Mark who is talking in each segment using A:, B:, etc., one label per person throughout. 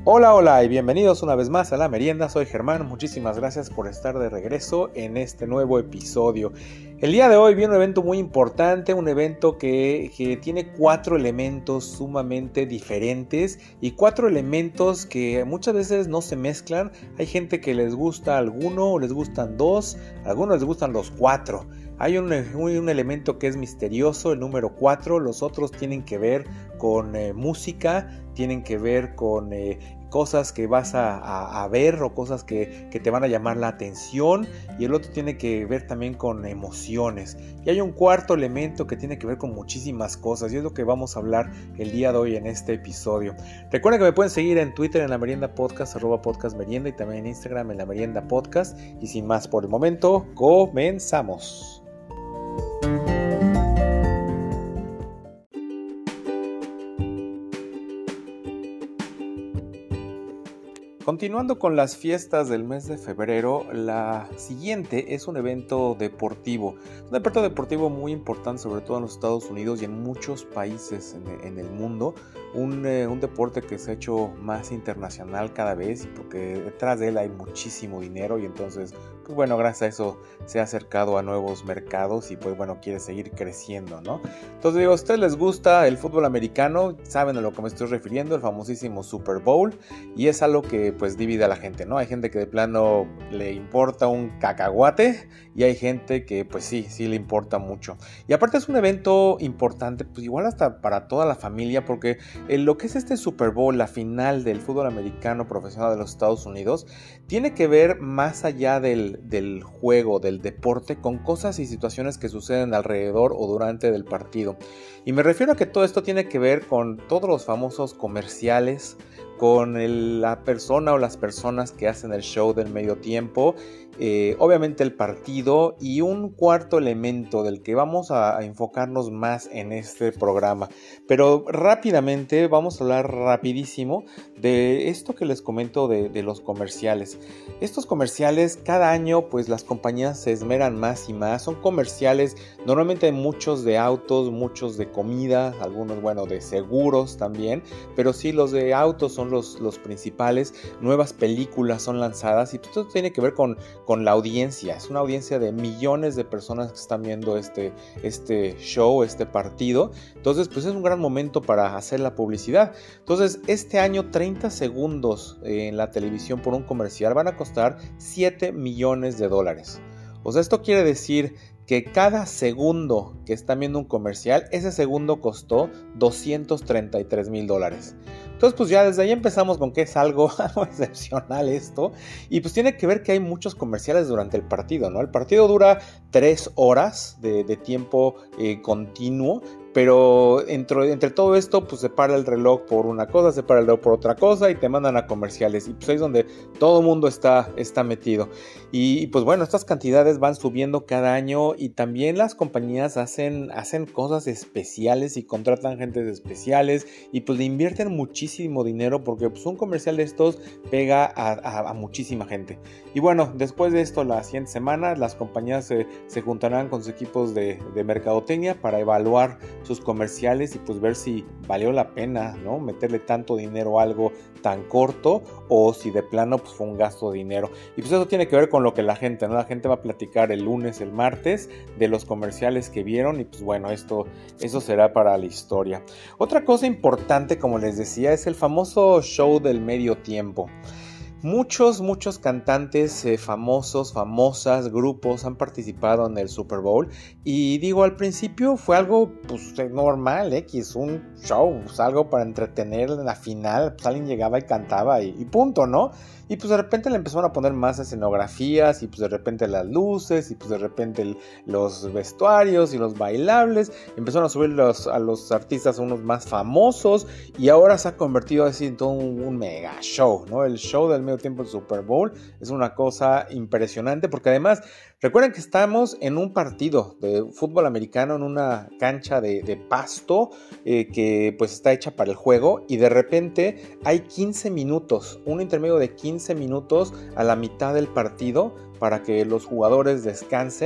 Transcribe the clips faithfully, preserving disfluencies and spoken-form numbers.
A: Hola, hola y bienvenidos una vez más a La Merienda. Soy Germán, muchísimas gracias por estar de regreso en este nuevo episodio. El día de hoy viene un evento muy importante, un evento que, que tiene cuatro elementos sumamente diferentes y cuatro elementos que muchas veces no se mezclan. Hay gente que les gusta alguno, les gustan dos, a algunos les gustan los cuatro. Hay un, un, un elemento que es misterioso, el número cuatro, los otros tienen que ver con eh, música, tienen que ver con eh, cosas que vas a, a, a ver o cosas que, que te van a llamar la atención, y el otro tiene que ver también con emociones. Y hay un cuarto elemento que tiene que ver con muchísimas cosas, y es lo que vamos a hablar el día de hoy en este episodio. Recuerden que me pueden seguir en Twitter en La Merienda Podcast, arroba Podcast Merienda, y también en Instagram en La Merienda Podcast. Y sin más por el momento, comenzamos. Continuando con las fiestas del mes de febrero, la siguiente es un evento deportivo. Un evento deportivo muy importante, sobre todo en los Estados Unidos y en muchos países en, en el mundo. Un, eh, un deporte que se ha hecho más internacional cada vez, porque detrás de él hay muchísimo dinero, y entonces, pues bueno, gracias a eso se ha acercado a nuevos mercados y pues bueno, quiere seguir creciendo, ¿no? Entonces digo, a ustedes les gusta el fútbol americano, saben a lo que me estoy refiriendo, el famosísimo Super Bowl, y es algo que pues divide a la gente, ¿no? Hay gente que de plano le importa un cacahuate y hay gente que pues sí, sí le importa mucho. Y aparte es un evento importante, pues igual hasta para toda la familia, porque en lo que es este Super Bowl, la final del fútbol americano profesional de los Estados Unidos, tiene que ver más allá del, del juego, del deporte, con cosas y situaciones que suceden alrededor o durante del partido. Y me refiero a que todo esto tiene que ver con todos los famosos comerciales, con el, la persona o las personas que hacen el show del medio tiempo, eh, obviamente el partido, y un cuarto elemento del que vamos a, a enfocarnos más en este programa. Pero rápidamente vamos a hablar rapidísimo de esto que les comento de, de los comerciales. Estos comerciales cada año pues las compañías se esmeran más y más. Son comerciales normalmente muchos de autos, muchos de comida, algunos bueno de seguros también, pero sí los de autos son los, los principales. Nuevas películas son lanzadas y todo tiene que ver con, con la audiencia. Es una audiencia de millones de personas que están viendo este, este show, este partido. Entonces pues es un gran momento para hacer la publicidad. Entonces este año treinta segundos en la televisión por un comercial van a costar siete millones de dólares. O sea, esto quiere decir que cada segundo que están viendo un comercial, ese segundo costó doscientos treinta y tres mil dólares. Entonces pues ya desde ahí empezamos con que es algo, algo excepcional esto, y pues tiene que ver que hay muchos comerciales durante el partido, ¿no? El partido dura tres horas de, de tiempo eh, continuo, pero entre, entre todo esto pues se para el reloj por una cosa, se para el reloj por otra cosa y te mandan a comerciales, y pues ahí es donde todo el mundo está, está metido. Y, y pues bueno, estas cantidades van subiendo cada año, y también las compañías hacen, hacen cosas especiales y contratan gentes especiales, y pues le invierten muchísimo dinero, porque pues un comercial de estos pega a, a, a muchísima gente. Y bueno, después de esto, la siguiente semana las compañías se, se juntarán con sus equipos de, de mercadotecnia para evaluar sus comerciales y pues ver si valió la pena, ¿no? Meterle tanto dinero a algo tan corto, o si de plano pues fue un gasto de dinero. Y pues eso tiene que ver con lo que la gente, ¿no? La gente va a platicar el lunes, el martes de los comerciales que vieron, y pues bueno, esto eso será para la historia. Otra cosa importante, como les decía, es el famoso show del medio tiempo. Muchos, muchos cantantes eh, famosos, famosas, grupos han participado en el Super Bowl, y digo, al principio fue algo pues normal, X, un show, pues, algo para entretener. En la final pues alguien llegaba y cantaba y, y punto, ¿no? Y pues de repente le empezaron a poner más escenografías, y pues de repente las luces, y pues de repente el, los vestuarios y los bailables. Empezaron a subir los, a los artistas, a unos más famosos, y ahora se ha convertido así en todo un, un mega show, ¿no? El show del medio tiempo del Super Bowl es una cosa impresionante, porque además recuerden que estamos en un partido de fútbol americano, en una cancha de, de pasto eh, que pues está hecha para el juego, y de repente hay quince minutos, un intermedio de quince minutos a la mitad del partido, para que los jugadores descansen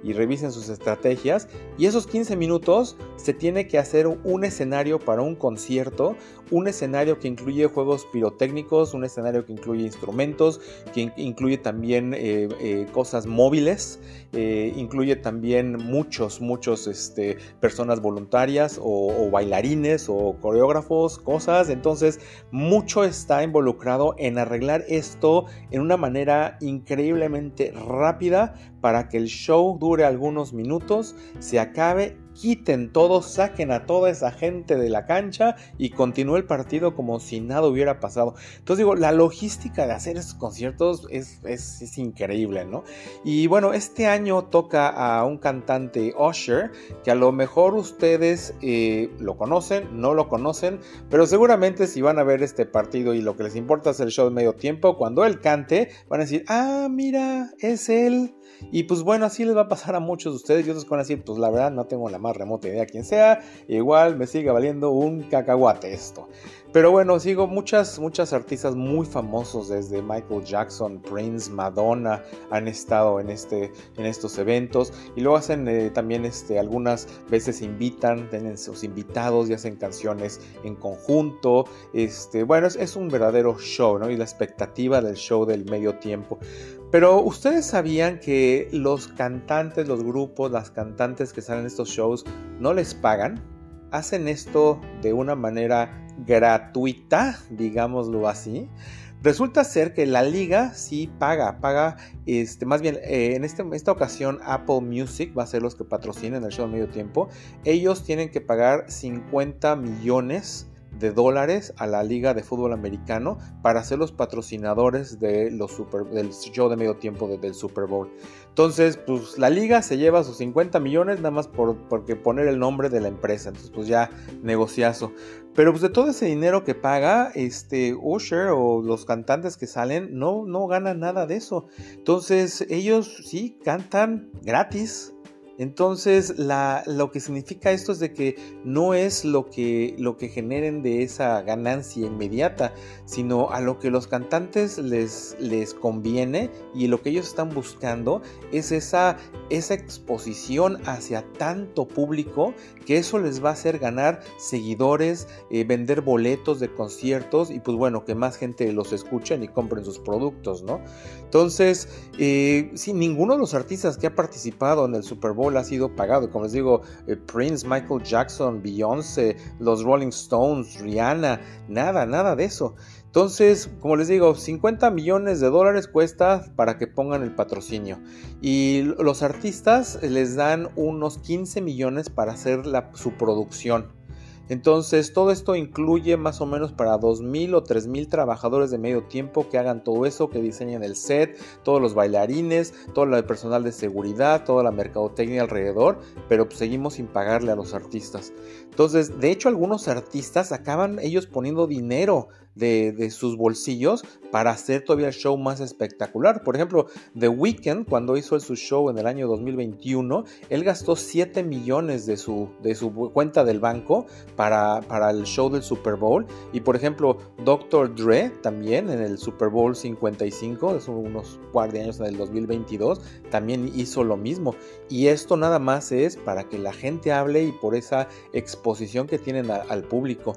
A: y revisen sus estrategias. Y esos quince minutos se tiene que hacer un escenario para un concierto, un escenario que incluye juegos pirotécnicos, un escenario que incluye instrumentos, que incluye también eh, eh, cosas móviles, eh, incluye también muchos, muchos este, personas voluntarias o, o bailarines o coreógrafos, cosas. Entonces, mucho está involucrado en arreglar esto en una manera increíblemente rápida para que el show dure algunos minutos, se acabe, quiten todo, saquen a toda esa gente de la cancha y continúe el partido como si nada hubiera pasado. Entonces digo, la logística de hacer estos conciertos es, es, es increíble, ¿no? Y bueno, este año toca a un cantante, Usher, que a lo mejor ustedes eh, lo conocen, no lo conocen, pero seguramente si van a ver este partido y lo que les importa es el show de medio tiempo, cuando él cante, van a decir, ah, mira, es él. Y pues bueno, así les va a pasar a muchos de ustedes y otros van a decir, pues la verdad no tengo la más remota idea quién sea, igual me sigue valiendo un cacahuate esto. Pero bueno, sigo muchas, muchas artistas muy famosos desde Michael Jackson, Prince, Madonna han estado en, este, en estos eventos y luego hacen eh, también este, algunas veces invitan, tienen sus invitados y hacen canciones en conjunto. Este, bueno, es, es un verdadero show, ¿no? Y la expectativa del show del medio tiempo. Pero ustedes sabían que los cantantes, los grupos, las cantantes que salen en estos shows no les pagan, hacen esto de una manera gratuita, digámoslo así. Resulta ser que la liga sí paga, paga, este, más bien eh, en este, esta ocasión Apple Music va a ser los que patrocinen el show de medio tiempo. Ellos tienen que pagar cincuenta millones de dólares a la Liga de Fútbol Americano para ser los patrocinadores de los super, del show de medio tiempo de, del Super Bowl. Entonces, pues la liga se lleva sus cincuenta millones nada más por porque poner el nombre de la empresa. Entonces, pues ya negociazo. Pero pues de todo ese dinero que paga este Usher o los cantantes que salen, no, no ganan nada de eso. Entonces, ellos sí cantan gratis. Entonces la, lo que significa esto es de que no es lo que, lo que generen de esa ganancia inmediata, sino a lo que los cantantes les, les conviene y lo que ellos están buscando es esa, esa exposición hacia tanto público que eso les va a hacer ganar seguidores, eh, vender boletos de conciertos y pues bueno, que más gente los escuchen y compren sus productos, ¿no? Entonces, eh, sí, ninguno de los artistas que ha participado en el Super Bowl ha sido pagado. Como les digo, eh, Prince, Michael Jackson, Beyoncé, los Rolling Stones, Rihanna, nada, nada de eso. Entonces, como les digo, cincuenta millones de dólares cuesta para que pongan el patrocinio. Y los artistas les dan unos quince millones para hacer la, su producción. Entonces todo esto incluye más o menos para dos mil o tres mil trabajadores de medio tiempo que hagan todo eso, que diseñen el set, todos los bailarines, todo el personal de seguridad, toda la mercadotecnia alrededor, pero pues seguimos sin pagarle a los artistas. Entonces, de hecho, algunos artistas acaban ellos poniendo dinero de, de sus bolsillos para hacer todavía el show más espectacular. Por ejemplo, The Weeknd, cuando hizo su show en el año dos mil veintiuno, él gastó siete millones de su, de su cuenta del banco para, para el show del Super Bowl. Y por ejemplo, doctor Dre también en el Super Bowl cincuenta y cinco, hace unos par de años, en el dos mil veintidós, también hizo lo mismo. Y esto nada más es para que la gente hable y por esa exposición que tienen a, al público.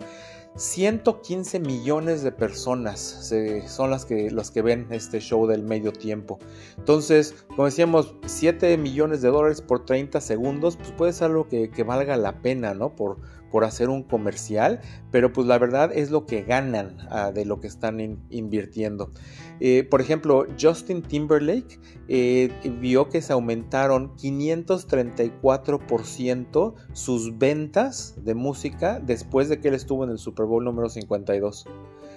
A: ciento quince millones de personas se, son las que, los que ven este show del medio tiempo. Entonces, como decíamos, siete millones de dólares por treinta segundos, pues puede ser algo que, que valga la pena, ¿no? Por, por hacer un comercial, pero pues la verdad es lo que ganan uh, de lo que están in, invirtiendo. Eh, por ejemplo, Justin Timberlake eh, vio que se aumentaron quinientos treinta y cuatro por ciento sus ventas de música después de que él estuvo en el Super Bowl número cincuenta y dos.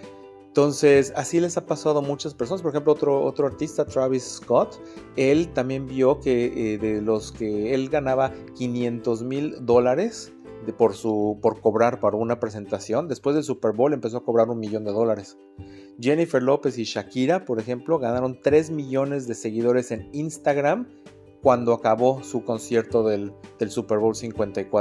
A: Entonces, así les ha pasado a muchas personas. Por ejemplo, otro, otro artista, Travis Scott, él también vio que eh, de los que él ganaba quinientos mil dólares de, por, su, por cobrar para una presentación, después del Super Bowl empezó a cobrar un millón de dólares. Jennifer López y Shakira, por ejemplo, ganaron tres millones de seguidores en Instagram cuando acabó su concierto del, del Super Bowl cincuenta y cuatro.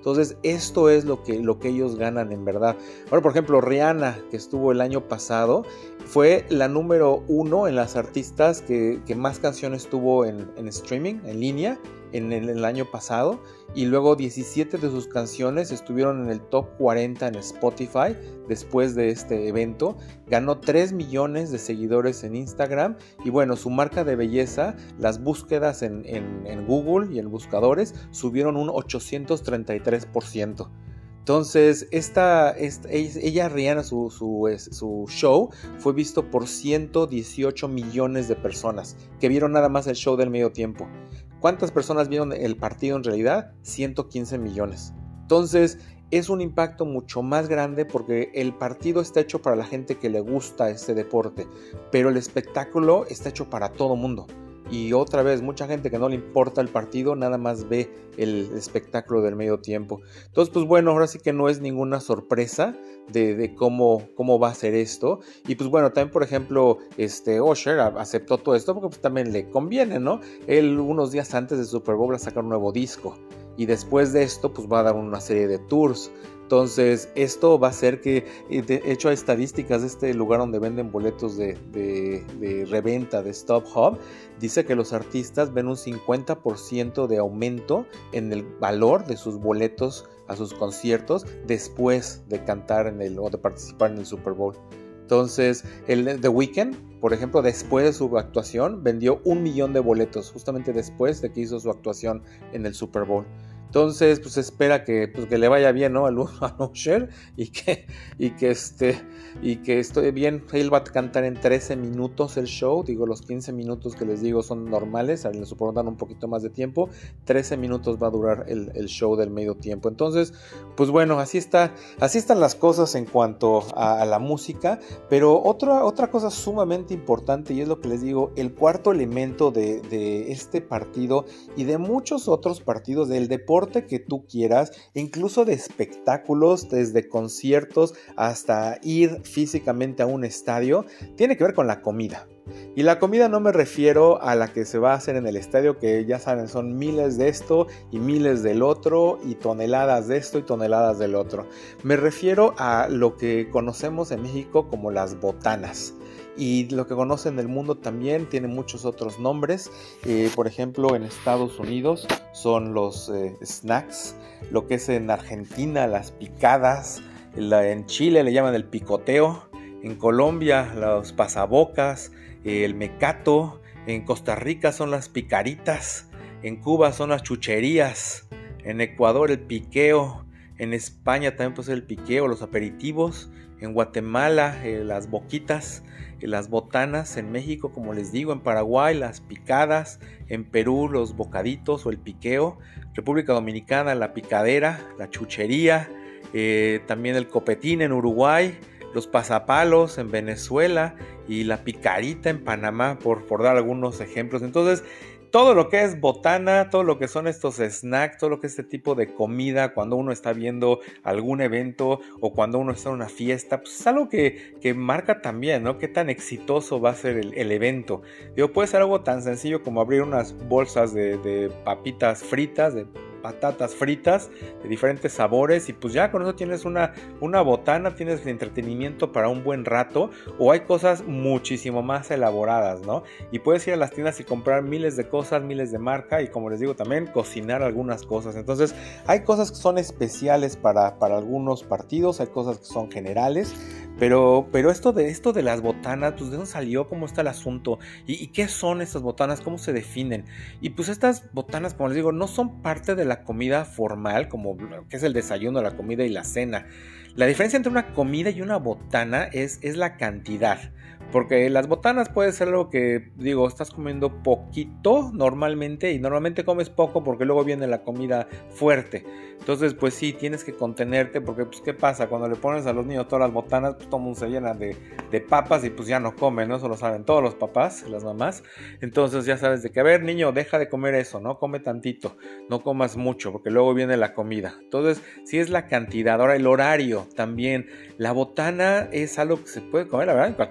A: Entonces esto es lo que, lo que ellos ganan en verdad. Ahora, por ejemplo, Rihanna, que estuvo el año pasado, fue la número uno en las artistas que, que más canciones tuvo en, en streaming, en línea, en el, en el año pasado, y luego diecisiete de sus canciones estuvieron en el top cuarenta en Spotify después de este evento. Ganó tres millones de seguidores en Instagram y bueno, su marca de belleza, las búsquedas en, en, en Google y en buscadores subieron un ochocientos treinta y tres por ciento. Entonces, esta, esta, ella, Rihanna, su, su, su show fue visto por ciento dieciocho millones de personas que vieron nada más el show del medio tiempo. ¿Cuántas personas vieron el partido en realidad? ciento quince millones. Entonces, es un impacto mucho más grande porque el partido está hecho para la gente que le gusta este deporte, pero el espectáculo está hecho para todo mundo. Y otra vez, mucha gente que no le importa el partido, nada más ve el espectáculo del medio tiempo. Entonces, pues bueno, ahora sí que no es ninguna sorpresa de, de cómo, cómo va a ser esto. Y pues bueno, también por ejemplo, este Usher aceptó todo esto porque pues también le conviene, ¿no? Él unos días antes del Super Bowl va a sacar un nuevo disco. Y después de esto, pues va a dar una serie de tours. Entonces, esto va a hacer que, de hecho, hay estadísticas de este lugar donde venden boletos de, de, de reventa de StubHub. Dice que los artistas ven un cincuenta por ciento de aumento en el valor de sus boletos a sus conciertos después de cantar en el, o de participar en el Super Bowl. Entonces, el The Weeknd, por ejemplo, después de su actuación, vendió un millón de boletos, justamente después de que hizo su actuación en el Super Bowl. Entonces, pues espera que, pues, que le vaya bien, ¿no? Al Usher y que, y que este, y que esté bien. Él va a cantar en trece minutos el show. Digo, los quince minutos que les digo son normales. A él le soportan un poquito más de tiempo. trece minutos va a durar el, el show del medio tiempo. Entonces, pues bueno, así está, así están las cosas en cuanto a, a la música. Pero otra, otra cosa sumamente importante, y es lo que les digo, el cuarto elemento de, de este partido y de muchos otros partidos del deporte que tú quieras, incluso de espectáculos, desde conciertos hasta ir físicamente a un estadio, tiene que ver con la comida. Y la comida no me refiero a la que se va a hacer en el estadio, que ya saben, son miles de esto y miles del otro y toneladas de esto y toneladas del otro. Me refiero a lo que conocemos en México como las botanas. Y lo que conocen del mundo también tiene muchos otros nombres. Eh, por ejemplo, en Estados Unidos son los eh, snacks, lo que es en Argentina las picadas, la, en Chile le llaman el picoteo, en Colombia los pasabocas, eh, el mecato, en Costa Rica son las picaritas, en Cuba son las chucherías, en Ecuador el piqueo, en España también puede ser el piqueo, los aperitivos, en Guatemala eh, las boquitas, eh, las botanas, en México, como les digo, en Paraguay las picadas, en Perú los bocaditos o el piqueo, República Dominicana la picadera, la chuchería, eh, también el copetín en Uruguay, los pasapalos en Venezuela y la picarita en Panamá, por, por dar algunos ejemplos. Entonces, todo lo que es botana, todo lo que son estos snacks, todo lo que es este tipo de comida cuando uno está viendo algún evento o cuando uno está en una fiesta, pues es algo que, que marca también, ¿no? Qué tan exitoso va a ser el, el evento. Digo, puede ser algo tan sencillo como abrir unas bolsas de, de papitas fritas, de patatas fritas de diferentes sabores y pues ya con eso tienes una, una botana, tienes entretenimiento para un buen rato, o hay cosas muchísimo más elaboradas, ¿no? Y puedes ir a las tiendas y comprar miles de cosas, miles de marca y como les digo también cocinar algunas cosas. Entonces hay cosas que son especiales para, para algunos partidos, hay cosas que son generales. Pero, pero esto, de, esto de las botanas, pues ¿de dónde salió? ¿Cómo está el asunto? ¿Y, y qué son estas botanas? ¿Cómo se definen? Y pues estas botanas, como les digo, no son parte de la comida formal, como que es el desayuno, la comida y la cena. La diferencia entre una comida y una botana es, es la cantidad. Porque las botanas puede ser algo que, digo, estás comiendo poquito normalmente y normalmente comes poco porque luego viene la comida fuerte. Entonces, pues sí, tienes que contenerte porque, pues, ¿qué pasa? Cuando le pones a los niños todas las botanas, pues todo el mundo se llena de, de papas y pues ya no comen, ¿no? Eso lo saben todos los papás, las mamás. Entonces ya sabes de que, a ver, niño, deja de comer eso, ¿no? Come tantito, no comas mucho porque luego viene la comida. Entonces, sí es la cantidad. Ahora, el horario también. La botana es algo que se puede comer, la verdad, en cualquier momento.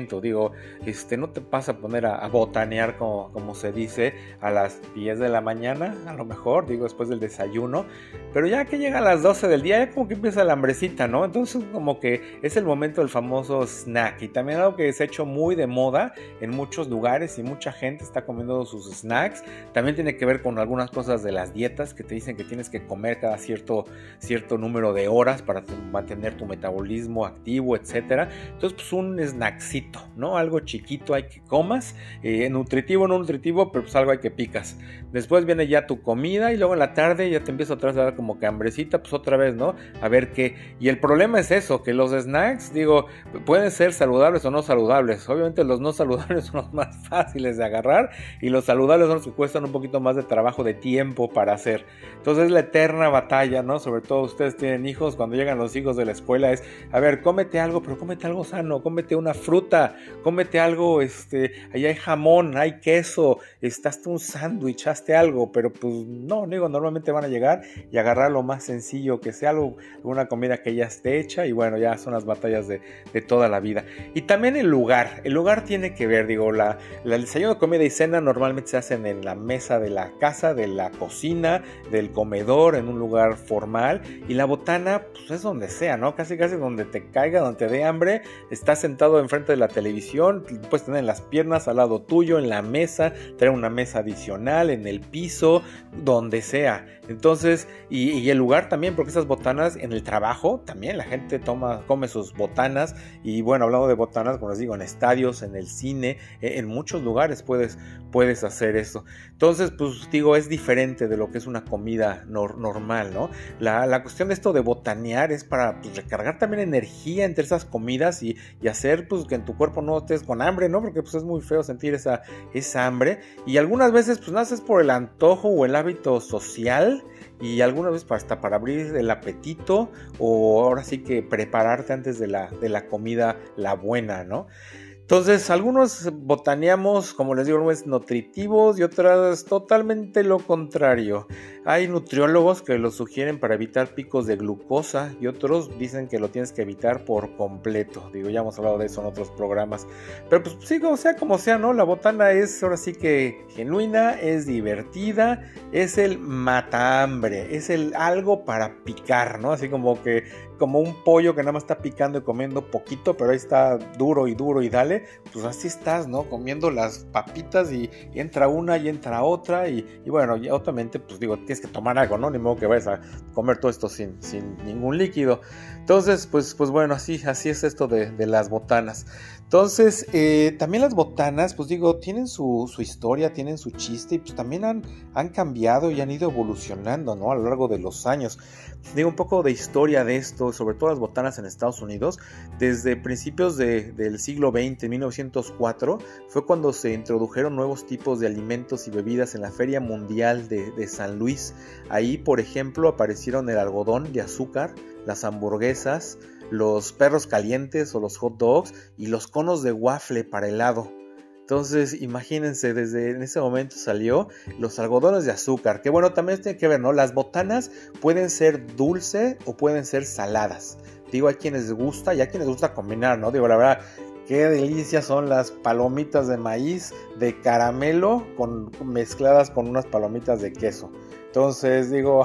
A: momento, digo, este, no te pasa a poner a, a botanear como, como se dice a las diez de la mañana, a lo mejor, digo, después del desayuno, pero ya que llega a las doce del día, ya como que empieza la hambrecita, ¿no? Entonces como que es el momento del famoso snack, y también algo que se ha hecho muy de moda en muchos lugares y mucha gente está comiendo sus snacks, también tiene que ver con algunas cosas de las dietas que te dicen que tienes que comer cada cierto, cierto número de horas para tu, mantener tu metabolismo activo, etcétera. Entonces pues un snackcito, ¿no? Algo chiquito hay que comas, eh, nutritivo, no nutritivo, pero pues algo hay que picas. Después viene ya tu comida y luego en la tarde ya te empieza otra vez a dar como que hambrecita, pues otra vez, ¿no? A ver qué. Y el problema es eso, que los snacks, digo, pueden ser saludables o no saludables. Obviamente los no saludables son los más fáciles de agarrar y los saludables son los que cuestan un poquito más de trabajo, de tiempo para hacer. Entonces es la eterna batalla, ¿no? Sobre todo ustedes tienen hijos, cuando llegan los hijos de la escuela es, a ver, cómete algo, pero cómete algo sano, cómete una fruta, cómete algo, este, ahí hay jamón, hay queso, está hasta un sándwich, hazte algo, pero pues no, digo, normalmente van a llegar y agarrar lo más sencillo que sea, algo, alguna comida que ya esté hecha y bueno, ya son las batallas de, de toda la vida. Y también el lugar, el lugar tiene que ver, digo, la, la, el desayuno, comida y cena normalmente se hacen en la mesa de la casa, de la cocina, del comedor, en un lugar formal, y la botana, pues es donde sea, ¿no? Casi casi donde te caiga, donde te dé hambre, estás sentado enfrente de la televisión, puedes tener las piernas al lado tuyo, en la mesa, tener una mesa adicional, en el piso, donde sea. Entonces, y, y el lugar también, porque esas botanas en el trabajo, también la gente toma, come sus botanas, y bueno, hablando de botanas, como les digo, en estadios, en el cine, en muchos lugares puedes, puedes hacer eso. Entonces, pues digo, es diferente de lo que es una comida nor- normal, ¿no? La, la cuestión de esto de botanear es para pues, recargar también energía entre esas comidas y, y hacer pues que en tu cuerpo no estés con hambre, ¿no? Porque pues es muy feo sentir esa, esa hambre, y algunas veces pues naces por el antojo o el hábito social, y algunas veces hasta para abrir el apetito, o ahora sí que prepararte antes de la, de la comida, la buena, ¿no? Entonces, algunos botaneamos, como les digo, es nutritivos y otras totalmente lo contrario. Hay nutriólogos que lo sugieren para evitar picos de glucosa y otros dicen que lo tienes que evitar por completo. Digo, ya hemos hablado de eso en otros programas. Pero pues sí, o sea, como sea, ¿no? La botana es ahora sí que genuina, es divertida, es el mata hambre, es el algo para picar, ¿no? Así como que como un pollo que nada más está picando y comiendo poquito, pero ahí está duro y duro y dale, pues así estás, ¿no? Comiendo las papitas y, y entra una y entra otra y, y bueno, y obviamente, pues digo, tienes que tomar algo, ¿no? Ni modo que vayas a comer todo esto sin, sin ningún líquido. Entonces, pues, pues bueno, así, así es esto de, de las botanas. Entonces, eh, también las botanas, pues digo, tienen su, su historia, tienen su chiste y pues también han, han cambiado y han ido evolucionando, ¿no? A lo largo de los años. Digo, un poco de historia de esto, sobre todo las botanas en Estados Unidos, desde principios de, del siglo veinte, en mil novecientos cuatro, fue cuando se introdujeron nuevos tipos de alimentos y bebidas en la Feria Mundial de, de San Luis. Ahí, por ejemplo, aparecieron el algodón de azúcar, las hamburguesas, los perros calientes o los hot dogs y los conos de waffle para helado. Entonces, imagínense, desde en ese momento salió los algodones de azúcar, que bueno, también tiene que ver, ¿no? Las botanas pueden ser dulce o pueden ser saladas. Digo, hay quienes les gusta y hay quienes les gusta combinar, ¿no? Digo, la verdad, qué delicia son las palomitas de maíz de caramelo con, mezcladas con unas palomitas de queso. Entonces digo,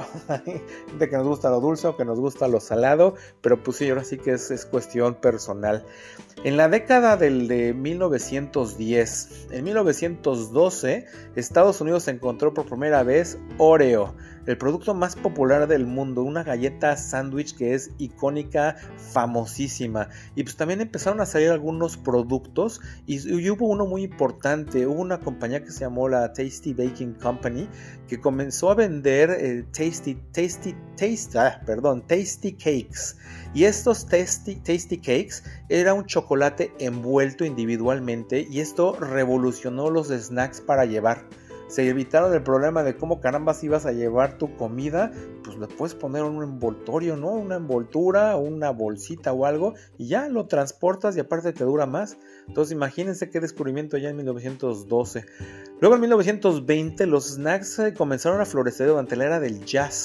A: de que nos gusta lo dulce o que nos gusta lo salado, pero pues sí, ahora sí que es, es cuestión personal. En la década del de mil novecientos diez, en mil novecientos doce, Estados Unidos encontró por primera vez Oreo, el producto más popular del mundo, una galleta sándwich que es icónica, famosísima. Y pues también empezaron a salir algunos productos y, y hubo uno muy importante, hubo una compañía que se llamó la Tasty Baking Company que comenzó a vender eh, Tasty, Tasty, Tasty, ah, perdón, Tasty Cakes. Y estos tasty, tasty Cakes era un chocolate envuelto individualmente y esto revolucionó los snacks para llevar. Se evitaron el problema de cómo carambas ibas a llevar tu comida, pues le puedes poner un envoltorio, ¿no? Una envoltura, una bolsita o algo y ya lo transportas y aparte te dura más. Entonces imagínense qué descubrimiento ya en mil novecientos doce. Luego en mil novecientos veinte los snacks comenzaron a florecer durante la era del jazz,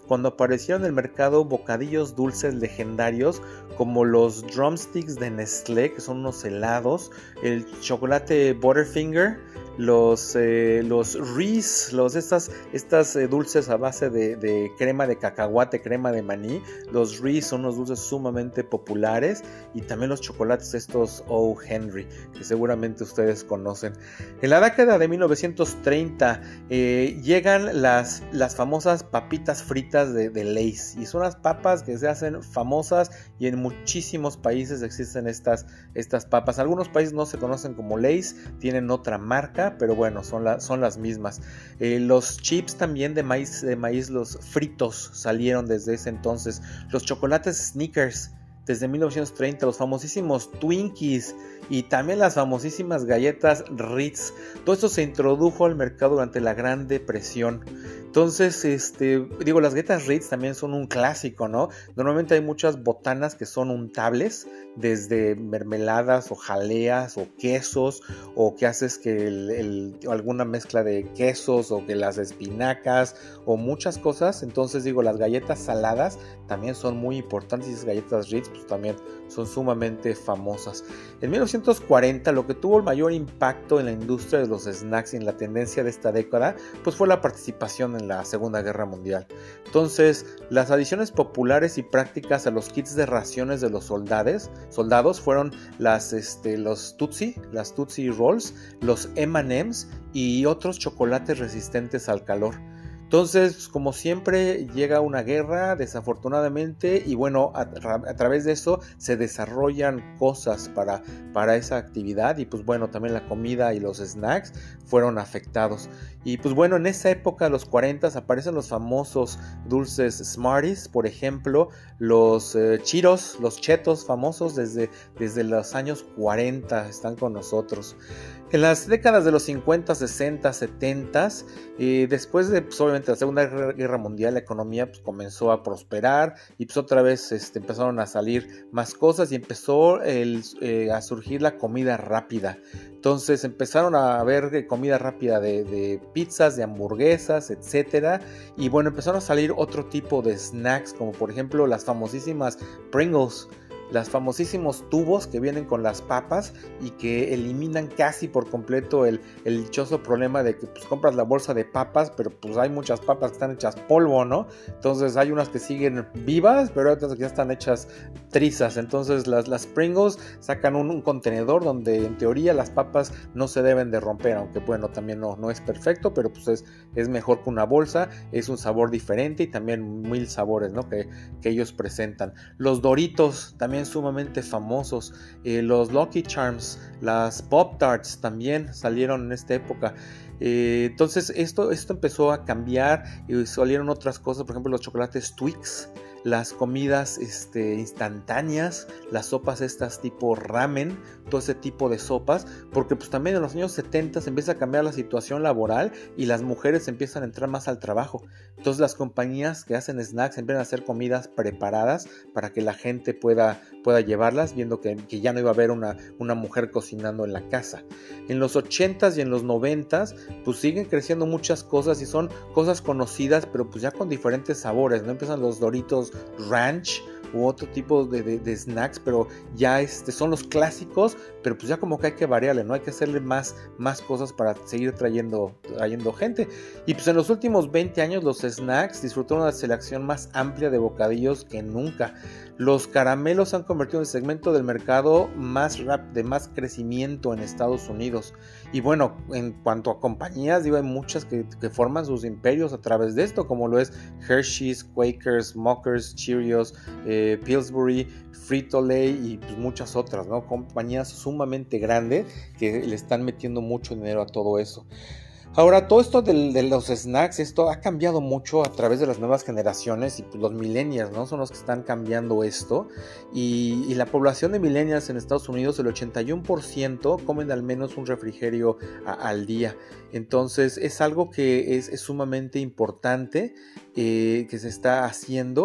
A: cuando aparecieron en el mercado bocadillos dulces legendarios como los drumsticks de Nestlé, que son unos helados, el chocolate Butterfinger, los, eh, los Reese, los, estas, estas eh, dulces a base de, de crema de cacahuate, crema de maní. Los Reese son unos dulces sumamente populares, y también los chocolates estos O. Henry, que seguramente ustedes conocen. En la década de mil novecientos treinta eh, llegan las, las famosas papitas fritas de, de Lay's, y son unas papas que se hacen famosas, y en muchísimos países existen estas, estas papas. Algunos países no se conocen como Lay's, tienen otra marca, pero bueno, son, la, son las mismas. Eh, los chips también de maíz, de maíz, los fritos, salieron desde ese entonces. Los chocolates Snickers desde mil novecientos treinta, los famosísimos Twinkies y también las famosísimas galletas Ritz. Todo esto se introdujo al mercado durante la Gran Depresión. Entonces, este, digo, las galletas Ritz también son un clásico, ¿no? Normalmente hay muchas botanas que son untables, desde mermeladas o jaleas o quesos, o que haces que el, el, alguna mezcla de quesos, o que las espinacas, o muchas cosas. Entonces, digo, las galletas saladas también son muy importantes, y esas galletas Ritz pues también son sumamente famosas. En mil novecientos cuarenta, lo que tuvo el mayor impacto en la industria de los snacks y en la tendencia de esta década, pues fue la participación en la Segunda Guerra Mundial. Entonces, las adiciones populares y prácticas a los kits de raciones de los soldados, soldados fueron las, este, los Tootsie, las Tootsie Rolls, los eme and eme's y otros chocolates resistentes al calor. Entonces, como siempre, llega una guerra, desafortunadamente, y bueno, a, a través de eso se desarrollan cosas para, para esa actividad, y pues bueno, también la comida y los snacks fueron afectados. Y pues bueno, en esa época, los cuarenta, aparecen los famosos dulces Smarties, por ejemplo, los eh, Cheetos, los chetos famosos desde, desde los años cuarenta están con nosotros. En las décadas de los cincuenta, sesenta, setenta, eh, después de pues, obviamente la Segunda Guerra Mundial, la economía pues, comenzó a prosperar, y pues otra vez este, empezaron a salir más cosas, y empezó el, eh, a surgir la comida rápida. Entonces empezaron a haber comida rápida de, de pizzas, de hamburguesas, etcétera. Y bueno, empezaron a salir otro tipo de snacks, como por ejemplo las famosísimas Pringles. Las famosísimos tubos que vienen con las papas y que eliminan casi por completo el, el dichoso problema de que pues, compras la bolsa de papas, pero pues hay muchas papas que están hechas polvo, ¿no? Entonces hay unas que siguen vivas, pero otras que ya están hechas trizas. Entonces las, las Pringles sacan un, un contenedor donde en teoría las papas no se deben de romper, aunque bueno, también no, no es perfecto, pero pues es, es mejor que una bolsa, es un sabor diferente, y también mil sabores, ¿no? que, que ellos presentan. Los Doritos también sumamente famosos, eh, los Lucky Charms, las Pop Tarts también salieron en esta época. Eh, entonces esto, esto empezó a cambiar, y salieron otras cosas, por ejemplo los chocolates Twix, las comidas este, instantáneas, las sopas estas tipo ramen, todo ese tipo de sopas, porque pues también en los años setenta se empieza a cambiar la situación laboral, y las mujeres empiezan a entrar más al trabajo. Entonces las compañías que hacen snacks empiezan a hacer comidas preparadas para que la gente pueda, pueda llevarlas, viendo que, que ya no iba a haber una, una mujer cocinando en la casa. En los ochentas y en los noventas pues siguen creciendo muchas cosas, y son cosas conocidas, pero pues ya con diferentes sabores, ¿no? Empiezan los Doritos Ranch u otro tipo de, de, de snacks, pero ya este, son los clásicos, pero pues ya como que hay que variarle, ¿no? Hay que hacerle más, más cosas para seguir trayendo, trayendo gente. Y pues en los últimos veinte años los snacks disfrutaron una selección más amplia de bocadillos que nunca. Los caramelos se han convertido en el segmento del mercado más rap, de más crecimiento en Estados Unidos. Y bueno, en cuanto a compañías, digo, hay muchas que, que forman sus imperios a través de esto, como lo es Hershey's, Quakers, Mockers, Cheerios, eh, Pillsbury, Frito-Lay y pues muchas otras, ¿no? Compañías sumamente grandes que le están metiendo mucho dinero a todo eso. Ahora, todo esto de, de los snacks, esto ha cambiado mucho a través de las nuevas generaciones, y pues los millennials, ¿no? Son los que están cambiando esto, y, y la población de millennials en Estados Unidos, el ochenta y uno por ciento comen al menos un refrigerio a, al día. Entonces es algo que es, es sumamente importante, eh, que se está haciendo,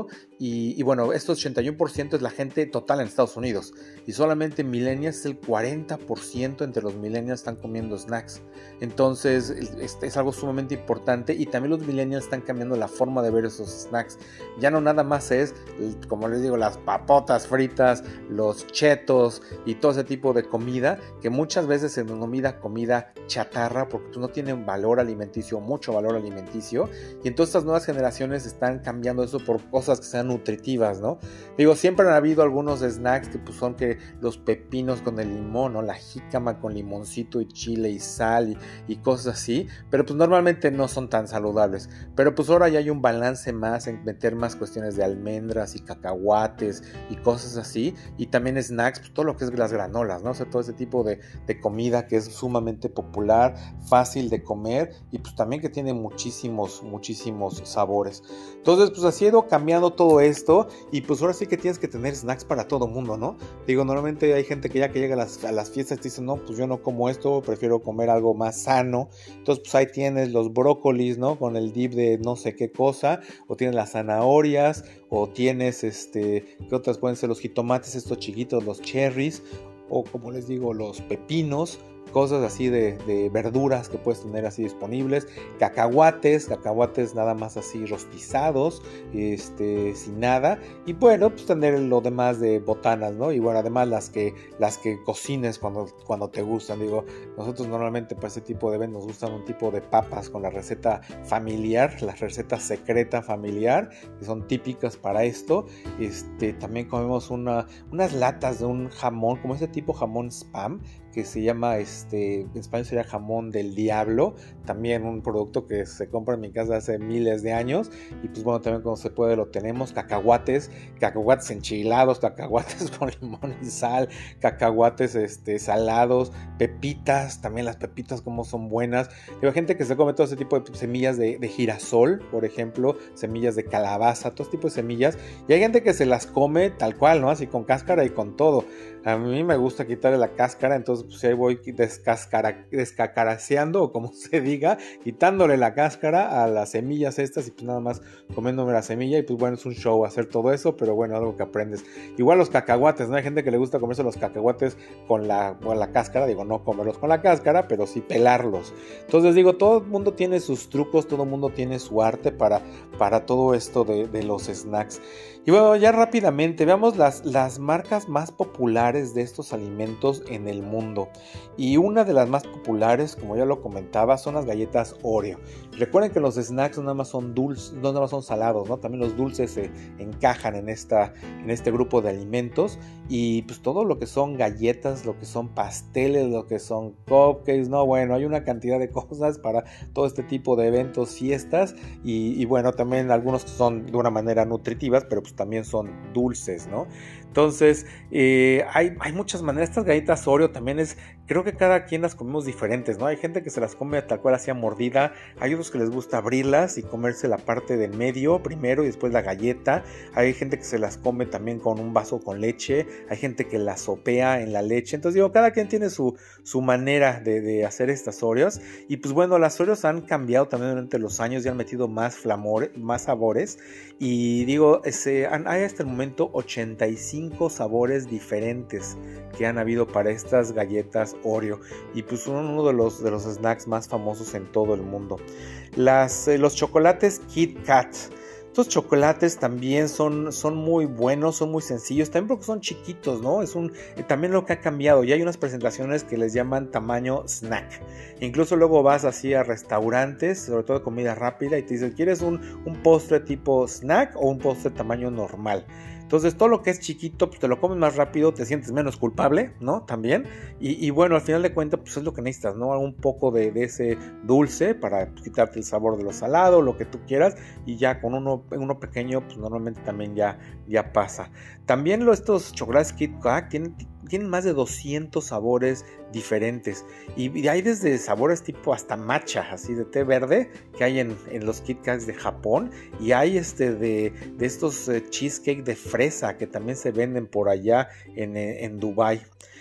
A: Y, y bueno, estos ochenta y uno por ciento es la gente total en Estados Unidos. Y solamente millennials, es el cuarenta por ciento entre los millennials están comiendo snacks. Entonces es, es algo sumamente importante. Y también los millennials están cambiando la forma de ver esos snacks. Ya no nada más es, como les digo, las papotas fritas, los chetos y todo ese tipo de comida, que muchas veces se denomina comida chatarra porque pues, no tienen valor alimenticio, mucho valor alimenticio. Y entonces estas nuevas generaciones están cambiando eso por cosas que sean nutritivas, ¿no? Digo, siempre han habido algunos snacks que pues son que los pepinos con el limón, ¿no? La jícama con limoncito y chile y sal y, y cosas así, pero pues normalmente no son tan saludables. Pero pues ahora ya hay un balance más en meter más cuestiones de almendras y cacahuates y cosas así, y también snacks, pues todo lo que es las granolas, ¿no? O sea, todo ese tipo de, de comida que es sumamente popular, fácil de comer y pues también que tiene muchísimos, muchísimos sabores. Entonces, pues así ha ido cambiando todo esto y pues ahora sí que tienes que tener snacks para todo mundo, ¿no? Digo, normalmente hay gente que ya que llega a las, a las fiestas te dice, no, pues yo no como esto, prefiero comer algo más sano. Entonces, pues ahí tienes los brócolis, ¿no? Con el dip de no sé qué cosa, o tienes las zanahorias, o tienes, este, ¿qué otras pueden ser? Los jitomates, estos chiquitos, los cherries, o como les digo, los pepinos, cosas así de, de verduras que puedes tener así disponibles, cacahuates, cacahuates nada más así rostizados, este, sin nada, y bueno, pues tener lo demás de botanas, ¿no? Y bueno, además las que, las que cocines cuando, cuando te gustan. Digo, nosotros normalmente para este tipo de eventos nos gustan un tipo de papas con la receta familiar, la receta secreta familiar, que son típicas para esto. Este, también comemos una, unas latas de un jamón, como ese tipo jamón Spam, que se llama, este, en español sería jamón del diablo, también un producto que se compra en mi casa hace miles de años, y pues bueno, también cuando se puede lo tenemos, cacahuates, cacahuates enchilados, cacahuates con limón y sal, cacahuates este, salados, pepitas, también las pepitas como son buenas. Hay gente que se come todo ese tipo de semillas de, de girasol, por ejemplo, semillas de calabaza, todo ese tipo de semillas, y hay gente que se las come tal cual, ¿no? Así con cáscara y con todo. A mí me gusta quitarle la cáscara, entonces pues ahí voy descascara, descacaraceando, o como se diga, quitándole la cáscara a las semillas estas y pues nada más comiéndome la semilla. Y pues bueno, es un show hacer todo eso, pero bueno, algo que aprendes. Igual los cacahuates, ¿no? Hay gente que le gusta comerse los cacahuates con la, con la cáscara, digo, no comerlos con la cáscara, pero sí pelarlos. Entonces digo, todo el mundo tiene sus trucos, todo el mundo tiene su arte para, para todo esto de, de los snacks. Y bueno, ya rápidamente veamos las, las marcas más populares de estos alimentos en el mundo. Y una de las más populares, como ya lo comentaba, son las galletas Oreo. Recuerden que los snacks no nada más son dulces, no nada más son salados, ¿no? También los dulces se encajan en, esta, en este grupo de alimentos. Y pues todo lo que son galletas, lo que son pasteles, lo que son cupcakes, no, bueno, hay una cantidad de cosas para todo este tipo de eventos, fiestas. Y, y bueno, también algunos que son de una manera nutritivas, pero pues también son dulces, ¿no? Entonces, eh, hay, hay muchas maneras. Estas galletas Oreo también es, creo que cada quien las comemos diferentes, ¿no? Hay gente que se las come tal cual así a mordida, hay otros que les gusta abrirlas y comerse la parte del medio primero y después la galleta. Hay gente que se las come también con un vaso con leche, hay gente que las sopea en la leche. Entonces digo, cada quien tiene su, su manera de, de hacer estas Oreos. Y pues bueno, las Oreos han cambiado también durante los años y han metido más flamor, más sabores. Y digo, ese, hay hasta el momento ochenta y cinco sabores diferentes que han habido para estas galletas Oreo, y pues son uno de los, de los snacks más famosos en todo el mundo. Las, eh, los chocolates Kit Kat. Estos chocolates también son, son muy buenos, son muy sencillos, también porque son chiquitos, ¿no? Es un, eh, también lo que ha cambiado, ya hay unas presentaciones que les llaman tamaño snack. Incluso luego vas así a restaurantes, sobre todo de comida rápida, y te dicen, ¿quieres un, un postre tipo snack o un postre tamaño normal? Entonces todo lo que es chiquito, pues te lo comes más rápido, te sientes menos culpable, ¿no? También. Y, y bueno, al final de cuentas, pues es lo que necesitas, ¿no? Un poco de, de ese dulce para pues, quitarte el sabor de lo salado, lo que tú quieras. Y ya con uno, uno pequeño, pues normalmente también ya, ya pasa. También lo, estos chocolates Kit Kat tienen, tienen más de doscientos sabores diferentes. Y, y hay desde sabores tipo hasta matcha, así de té verde, que hay en, en los Kit Kats de Japón. Y hay este de, de estos eh, cheesecake de fresa que también se venden por allá en, en Dubái.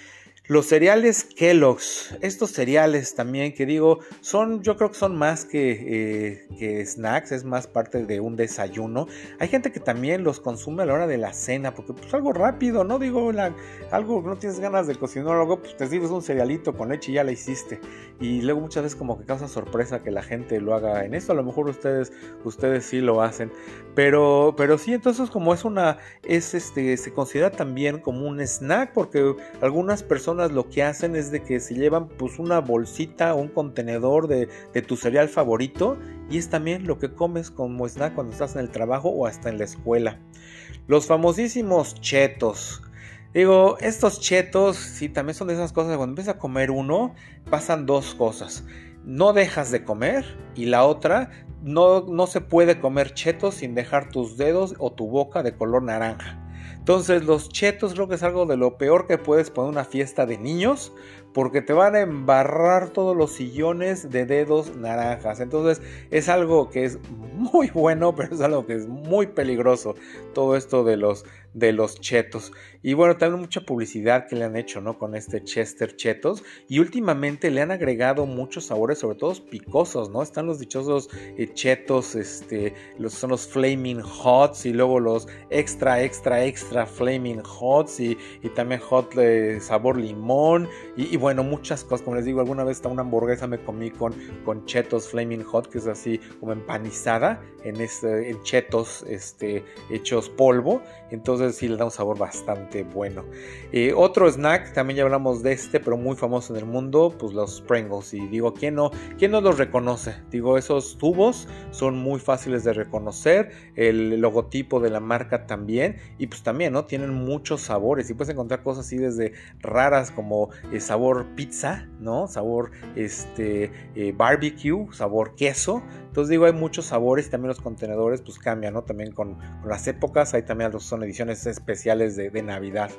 A: Los cereales Kellogg's, estos cereales también que digo, son, yo creo que son más que, eh, que snacks, es más parte de un desayuno. Hay gente que también los consume a la hora de la cena, porque pues algo rápido, ¿no? Digo, la, algo, no tienes ganas de cocinar algo, pues te sirves un cerealito con leche y ya la hiciste. Y luego muchas veces como que causa sorpresa que la gente lo haga en eso, a lo mejor ustedes, ustedes sí lo hacen. Pero, pero sí, entonces como es una, es este, se considera también como un snack, porque algunas personas lo que hacen es de que se llevan pues una bolsita o un contenedor de, de tu cereal favorito y es también lo que comes como snack cuando estás en el trabajo o hasta en la escuela. Los famosísimos chetos. Digo, estos chetos sí también son de esas cosas que cuando empiezas a comer uno pasan dos cosas. No dejas de comer y la otra, no, no se puede comer chetos sin dejar tus dedos o tu boca de color naranja. Entonces los chetos creo que es algo de lo peor que puedes poner en una fiesta de niños, porque te van a embarrar todos los sillones de dedos naranjas. Entonces es algo que es muy bueno, pero es algo que es muy peligroso, todo esto de los, de los chetos. Y bueno, también mucha publicidad que le han hecho, ¿no? Con este Chester Chetos. Y últimamente le han agregado muchos sabores, sobre todo picosos, ¿no? Están los dichosos eh, chetos, este, los, son los Flaming Hots y luego los extra, extra, extra Flaming Hots y, y también hot de sabor limón y, y bueno, muchas cosas. Como les digo, alguna vez hasta una hamburguesa me comí con, con chetos Flaming Hot, que es así como empanizada en, este, en chetos este, hechos polvo. Entonces sí le da un sabor bastante bueno. Eh, otro snack, también ya hablamos de este, pero muy famoso en el mundo, pues los Pringles. Y digo, ¿quién no, quién no los reconoce? Digo, esos tubos son muy fáciles de reconocer, el logotipo de la marca también, y pues también, ¿no? Tienen muchos sabores y puedes encontrar cosas así desde raras como eh, sabor pizza, ¿no? Sabor este, eh, barbecue, sabor queso. Entonces digo, hay muchos sabores y también los contenedores pues cambian, ¿no? También con, con las épocas, hay también son ediciones especiales de, de Navidad.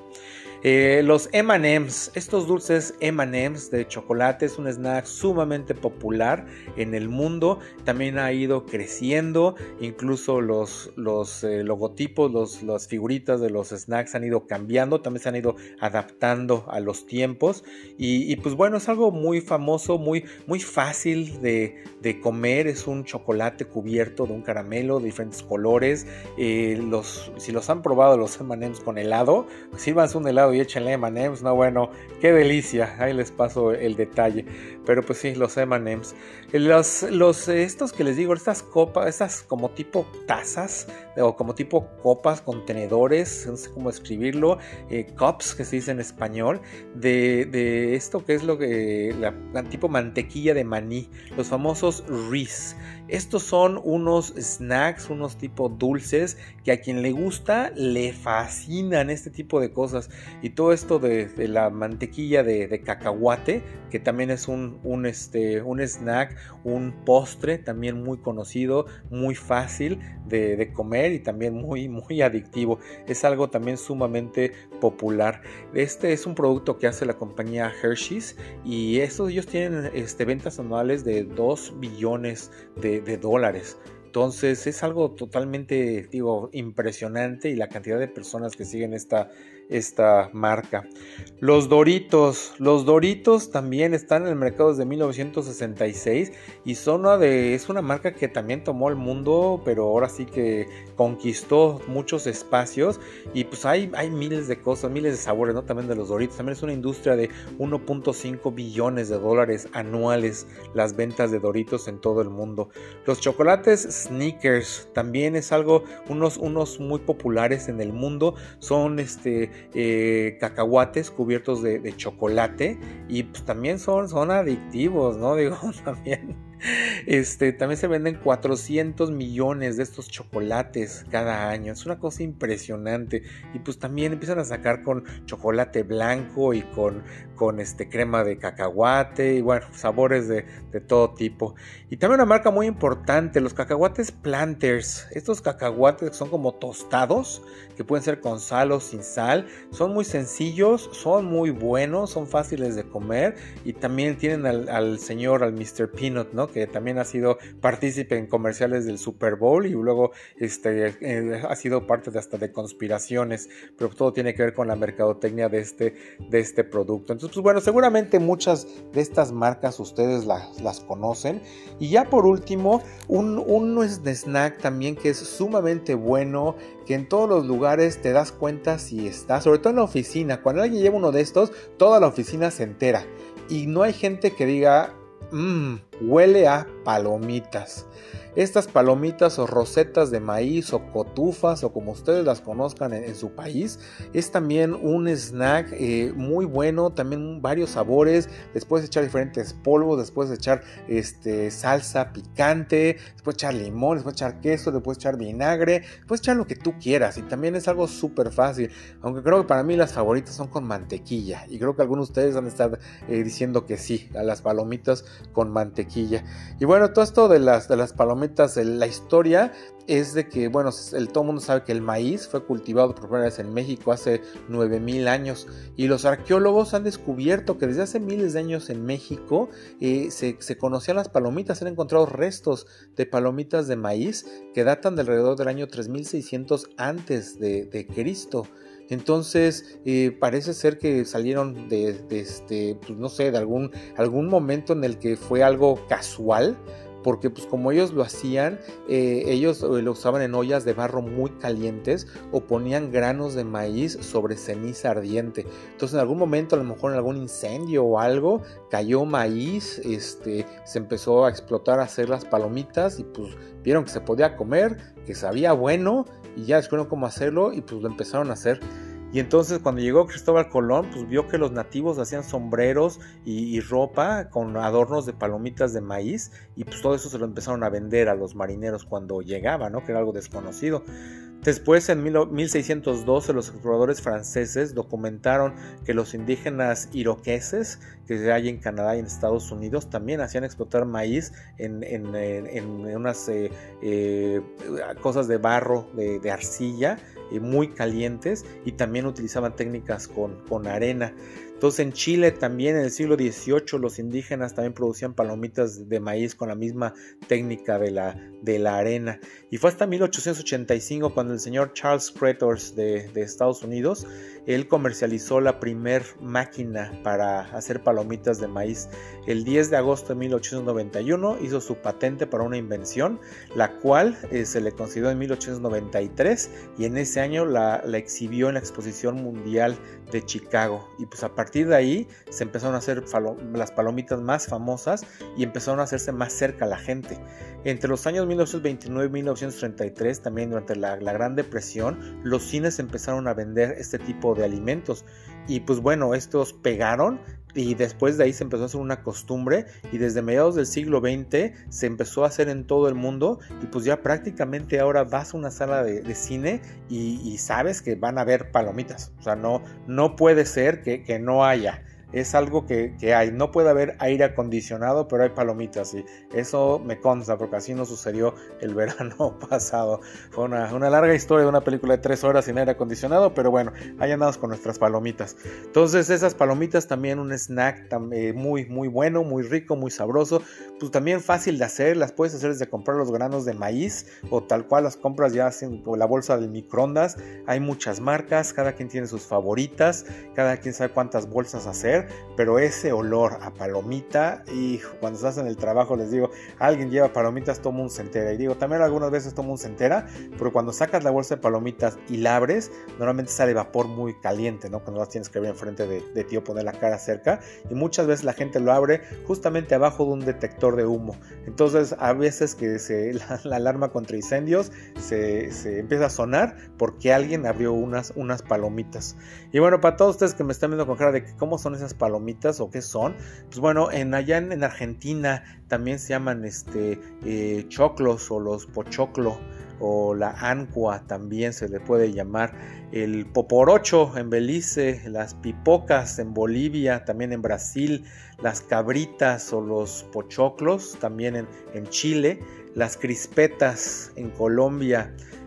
A: Eh, los eme and eme's, estos dulces eme and eme's de chocolate es un snack sumamente popular en el mundo, también ha ido creciendo, incluso los, los eh, logotipos, los, las figuritas de los snacks han ido cambiando, también se han ido adaptando a los tiempos y, y pues bueno, es algo muy famoso, muy, muy fácil de, de comer, es un chocolate cubierto de un caramelo de diferentes colores. Eh, los, si los han probado los eme and eme's con helado, sírvanse un helado y échenle eme and eme's, no bueno, qué delicia, ahí les paso el detalle, pero pues sí, los eme and eme's, los, los, estos que les digo, estas copas, estas como tipo tazas, o como tipo copas, contenedores, no sé cómo escribirlo, eh, cups que se dice en español, de, de esto que es lo que, la, la tipo mantequilla de maní, los famosos Reese. Estos son unos snacks, unos tipo dulces que a quien le gusta le fascinan este tipo de cosas. Y todo esto de, de la mantequilla de, de cacahuate, que también es un, un, este, un snack, un postre también muy conocido, muy fácil de, de comer y también muy, muy adictivo. Es algo también sumamente popular. Este es un producto que hace la compañía Hershey's y estos, ellos tienen este, ventas anuales de dos billones de, de dólares. Entonces es algo totalmente, digo, impresionante y la cantidad de personas que siguen esta, esta marca. Los Doritos, los Doritos también están en el mercado desde mil novecientos sesenta y seis y son una de, es una marca que también tomó el mundo, pero ahora sí que conquistó muchos espacios y pues hay, hay miles de cosas, miles de sabores, ¿no? También de los Doritos, también es una industria de uno punto cinco billones de dólares anuales las ventas de Doritos en todo el mundo. Los chocolates Snickers también es algo, unos, unos muy populares en el mundo, son este, eh, cacahuates cubiertos de, de chocolate y pues también son, son adictivos, ¿no? Digo, también Este, también se venden cuatrocientos millones de estos chocolates cada año. Es una cosa impresionante. Y pues también empiezan a sacar con chocolate blanco y con, con este, crema de cacahuate. Y bueno, sabores de, de todo tipo. Y también una marca muy importante, los cacahuates Planters. Estos cacahuates que son como tostados, que pueden ser con sal o sin sal. Son muy sencillos, son muy buenos, son fáciles de comer. Y también tienen al, al señor, al mister Peanut, ¿no? que también ha sido partícipe en comerciales del Super Bowl y luego este, eh, ha sido parte de hasta de conspiraciones, pero todo tiene que ver con la mercadotecnia de este, de este producto. Entonces, pues bueno, seguramente muchas de estas marcas ustedes las, las conocen. Y ya por último, un, un snack también que es sumamente bueno, que en todos los lugares te das cuenta si está, sobre todo en la oficina. Cuando alguien lleva uno de estos, toda la oficina se entera y no hay gente que diga mmm, huele a palomitas. Estas palomitas o rosetas de maíz o cotufas o como ustedes las conozcan en, en su país, es también un snack eh, muy bueno, también varios sabores. Les puedes echar diferentes polvos, les puedes echar este, salsa picante, les puedes echar limón, les puedes echar queso, les puedes echar vinagre, les puedes echar lo que tú quieras y también es algo súper fácil, aunque creo que para mí las favoritas son con mantequilla y creo que algunos de ustedes van a estar eh, diciendo que sí, a las palomitas con mantequilla. Y bueno, todo esto de las, de las palomitas, la historia es de que, bueno, el, todo el mundo sabe que el maíz fue cultivado por primera vez en México hace nueve mil años y los arqueólogos han descubierto que desde hace miles de años en México eh, se, se conocían las palomitas, se han encontrado restos de palomitas de maíz que datan de alrededor del año tres mil seiscientos antes de, de Cristo. Entonces eh, parece ser que salieron de, de este, pues no sé, de algún, algún momento en el que fue algo casual, porque pues como ellos lo hacían, eh, ellos lo usaban en ollas de barro muy calientes o ponían granos de maíz sobre ceniza ardiente. Entonces en algún momento, a lo mejor en algún incendio o algo, cayó maíz, este, se empezó a explotar, a hacer las palomitas y pues vieron que se podía comer, que sabía bueno y ya descubrieron cómo hacerlo y pues lo empezaron a hacer. Y entonces cuando llegó Cristóbal Colón, pues vio que los nativos hacían sombreros y, y ropa con adornos de palomitas de maíz y pues todo eso se lo empezaron a vender a los marineros cuando llegaban, ¿no? Que era algo desconocido. Después, en mil seiscientos doce, los exploradores franceses documentaron que los indígenas iroqueses, que hay en Canadá y en Estados Unidos, también hacían explotar maíz en, en, en, en unas eh, eh, cosas de barro, de, de arcilla, eh, muy calientes, y también utilizaban técnicas con, con arena. Entonces en Chile también en el siglo dieciocho los indígenas también producían palomitas de maíz con la misma técnica de la, de la arena. Y fue hasta mil ochocientos ochenta y cinco cuando el señor Charles Cretors de, de Estados Unidos, él comercializó la primer máquina para hacer palomitas de maíz. El diez de agosto de mil ochocientos noventa y uno hizo su patente para una invención, la cual eh, se le concedió en mil ochocientos noventa y tres y en ese año la, la exhibió en la Exposición Mundial de Chicago. Y pues a partir de ahí se empezaron a hacer palo- las palomitas más famosas y empezaron a hacerse más cerca a la gente. Entre los años mil novecientos veintinueve y mil novecientos treinta y tres, también durante la, la Gran Depresión, los cines empezaron a vender este tipo de alimentos y pues bueno, estos pegaron y después de ahí se empezó a hacer una costumbre y desde mediados del siglo veinte se empezó a hacer en todo el mundo y pues ya prácticamente ahora vas a una sala de, de cine y, y sabes que van a haber palomitas, o sea, no, no puede ser que, que no haya. Es algo que, que hay, no puede haber aire acondicionado, pero hay palomitas y eso me consta porque así nos sucedió el verano pasado. Fue una, una larga historia de una película de tres horas sin aire acondicionado, pero bueno, ahí andamos con nuestras palomitas. Entonces esas palomitas también un snack eh, muy muy bueno, muy rico, muy sabroso, pues también fácil de hacer, las puedes hacer desde comprar los granos de maíz o tal cual las compras ya sin la bolsa del microondas. Hay muchas marcas, cada quien tiene sus favoritas, cada quien sabe cuántas bolsas hacer, pero ese olor a palomita, y cuando estás en el trabajo les digo, alguien lleva palomitas, toma un centera, y digo, también algunas veces tomo un centera, pero cuando sacas la bolsa de palomitas y la abres, normalmente sale vapor muy caliente, ¿no? Cuando las tienes que ver enfrente de, de ti o poner la cara cerca, y muchas veces la gente lo abre justamente abajo de un detector de humo. Entonces a veces que se, la, la alarma contra incendios se, se empieza a sonar porque alguien abrió unas, unas palomitas. Y bueno, para todos ustedes que me están viendo con cara de que cómo son esas palomitas o qué son, pues bueno, en, allá en, en Argentina también se llaman este, eh, choclos o los pochoclo, o la ancua también se le puede llamar, el poporocho en Belice, las pipocas en Bolivia, también en Brasil, las cabritas o los pochoclos también en, en Chile, las crispetas en Colombia,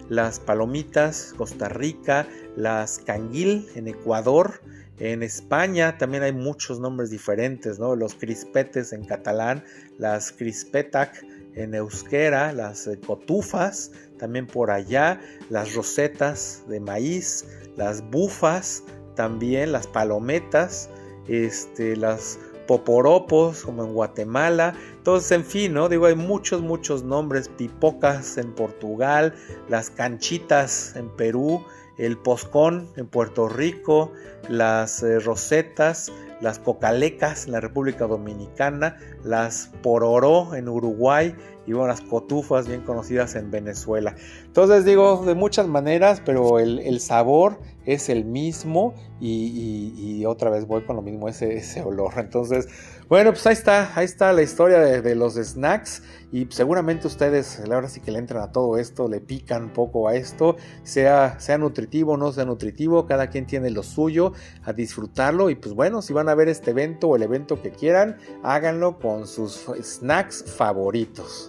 A: las palomitas, Costa Rica, las canguil en Ecuador. En España también hay muchos nombres diferentes, ¿no? Los crispetes en catalán, las crispetac en euskera, las eh, cotufas también por allá, las rosetas de maíz, las bufas también, las palometas, este, las poporopos como en Guatemala. Entonces, en fin, ¿no? Digo, hay muchos, muchos nombres, pipocas en Portugal, las canchitas en Perú, el poscón en Puerto Rico, las eh, rosetas, las cocalecas en la República Dominicana, las pororó en Uruguay y bueno, las cotufas bien conocidas en Venezuela. Entonces digo, de muchas maneras, pero el, el sabor es el mismo y, y, y otra vez voy con lo mismo, ese, ese olor. Entonces, bueno, pues ahí está, ahí está la historia de, de los snacks y seguramente ustedes, ahora sí que le entran a todo esto, le pican un poco a esto, sea, sea nutritivo o no sea nutritivo, cada quien tiene lo suyo, a disfrutarlo y pues bueno, si van a ver este evento o el evento que quieran, háganlo con sus snacks favoritos.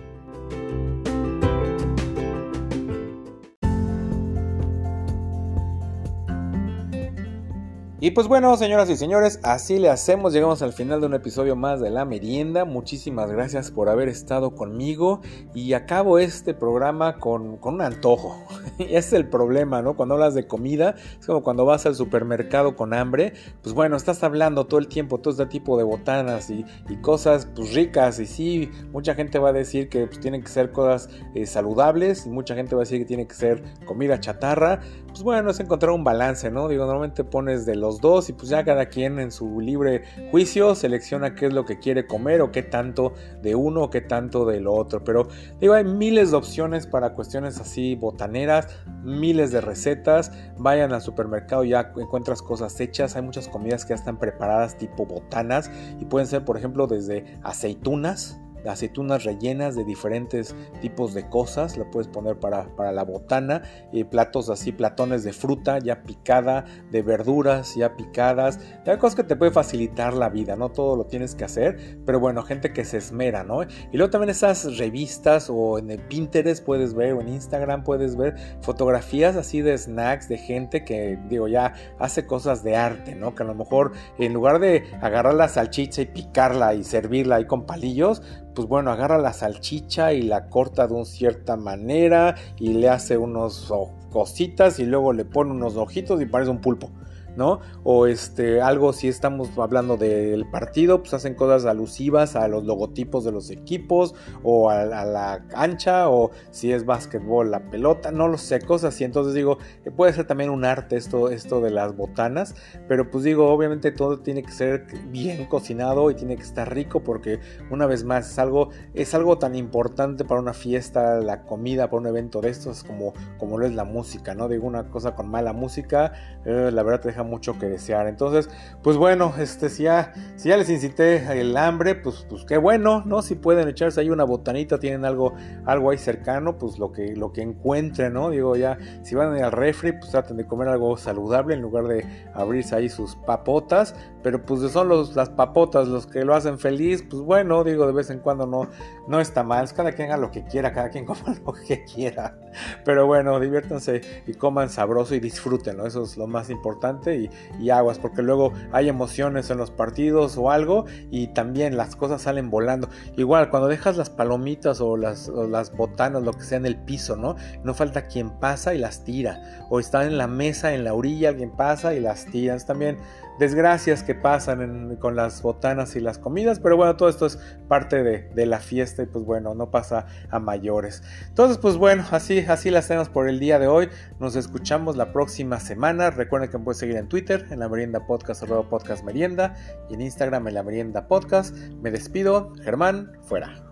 A: Y pues bueno, señoras y señores, así le hacemos, llegamos al final de un episodio más de La Merienda. Muchísimas gracias por haber estado conmigo y acabo este programa con, con un antojo. Y ese es el problema, ¿no? Cuando hablas de comida, es como cuando vas al supermercado con hambre, pues bueno, estás hablando todo el tiempo, todo este tipo de botanas y, y cosas pues ricas y sí, mucha gente va a decir que pues, tienen que ser cosas eh, saludables y mucha gente va a decir que tiene que ser comida chatarra. Pues bueno, es encontrar un balance, ¿no? Digo, normalmente pones de los dos y pues ya cada quien en su libre juicio selecciona qué es lo que quiere comer o qué tanto de uno o qué tanto del otro, pero digo, hay miles de opciones para cuestiones así botaneras, miles de recetas, vayan al supermercado y ya encuentras cosas hechas, hay muchas comidas que ya están preparadas tipo botanas y pueden ser por ejemplo desde aceitunas, aceitunas rellenas de diferentes tipos de cosas, la puedes poner para, para la botana, eh, platos así, platones de fruta ya picada, de verduras ya picadas, hay cosas que te pueden facilitar la vida, no todo lo tienes que hacer, pero bueno, gente que se esmera, ¿no? Y luego también esas revistas o en el Pinterest puedes ver, o en Instagram puedes ver fotografías así de snacks de gente que, digo, ya hace cosas de arte, ¿no? Que a lo mejor en lugar de agarrar la salchicha y picarla y servirla ahí con palillos, pues bueno, agarra la salchicha y la corta de una cierta manera y le hace unos cositas y luego le pone unos ojitos y parece un pulpo, ¿no? O este, algo, si estamos hablando del partido, pues hacen cosas alusivas a los logotipos de los equipos o a, a la cancha, o si es básquetbol, la pelota, no lo sé, cosas así. Entonces digo, puede ser también un arte esto, esto de las botanas, pero pues digo, obviamente todo tiene que ser bien cocinado y tiene que estar rico, porque una vez más es algo, es algo tan importante para una fiesta, la comida, para un evento de estos, como, como lo es la música, ¿no? Digo, una cosa con mala música, eh, la verdad te deja mucho que desear. Entonces, pues bueno, este, si ya, si ya les incité el hambre, pues, pues qué bueno, ¿no? Si pueden echarse ahí una botanita, tienen algo, algo ahí cercano, pues lo que, lo que encuentren, ¿no? Digo, ya, si van al refri, pues traten de comer algo saludable en lugar de abrirse ahí sus papotas, pero pues son los, las papotas los que lo hacen feliz, pues bueno, digo, de vez en cuando no, no está mal, cada quien haga lo que quiera, cada quien coma lo que quiera, pero bueno, diviértanse y coman sabroso y disfrútenlo, eso es lo más importante. Y, y aguas, porque luego hay emociones en los partidos o algo y también las cosas salen volando. Igual cuando dejas las palomitas o las, o las botanas, lo que sea, en el piso, ¿no? No falta quien pasa y las tira, o está en la mesa, en la orilla, alguien pasa y las tira. Es también desgracias que pasan en, con las botanas y las comidas, pero bueno, todo esto es parte de, de la fiesta y pues bueno, no pasa a mayores. Entonces pues bueno, así, así la hacemos por el día de hoy. Nos escuchamos la próxima semana. Recuerden que me pueden seguir en Twitter, en La Merienda Podcast, arroba Podcast Merienda, y en Instagram en La Merienda Podcast. Me despido, Germán, fuera.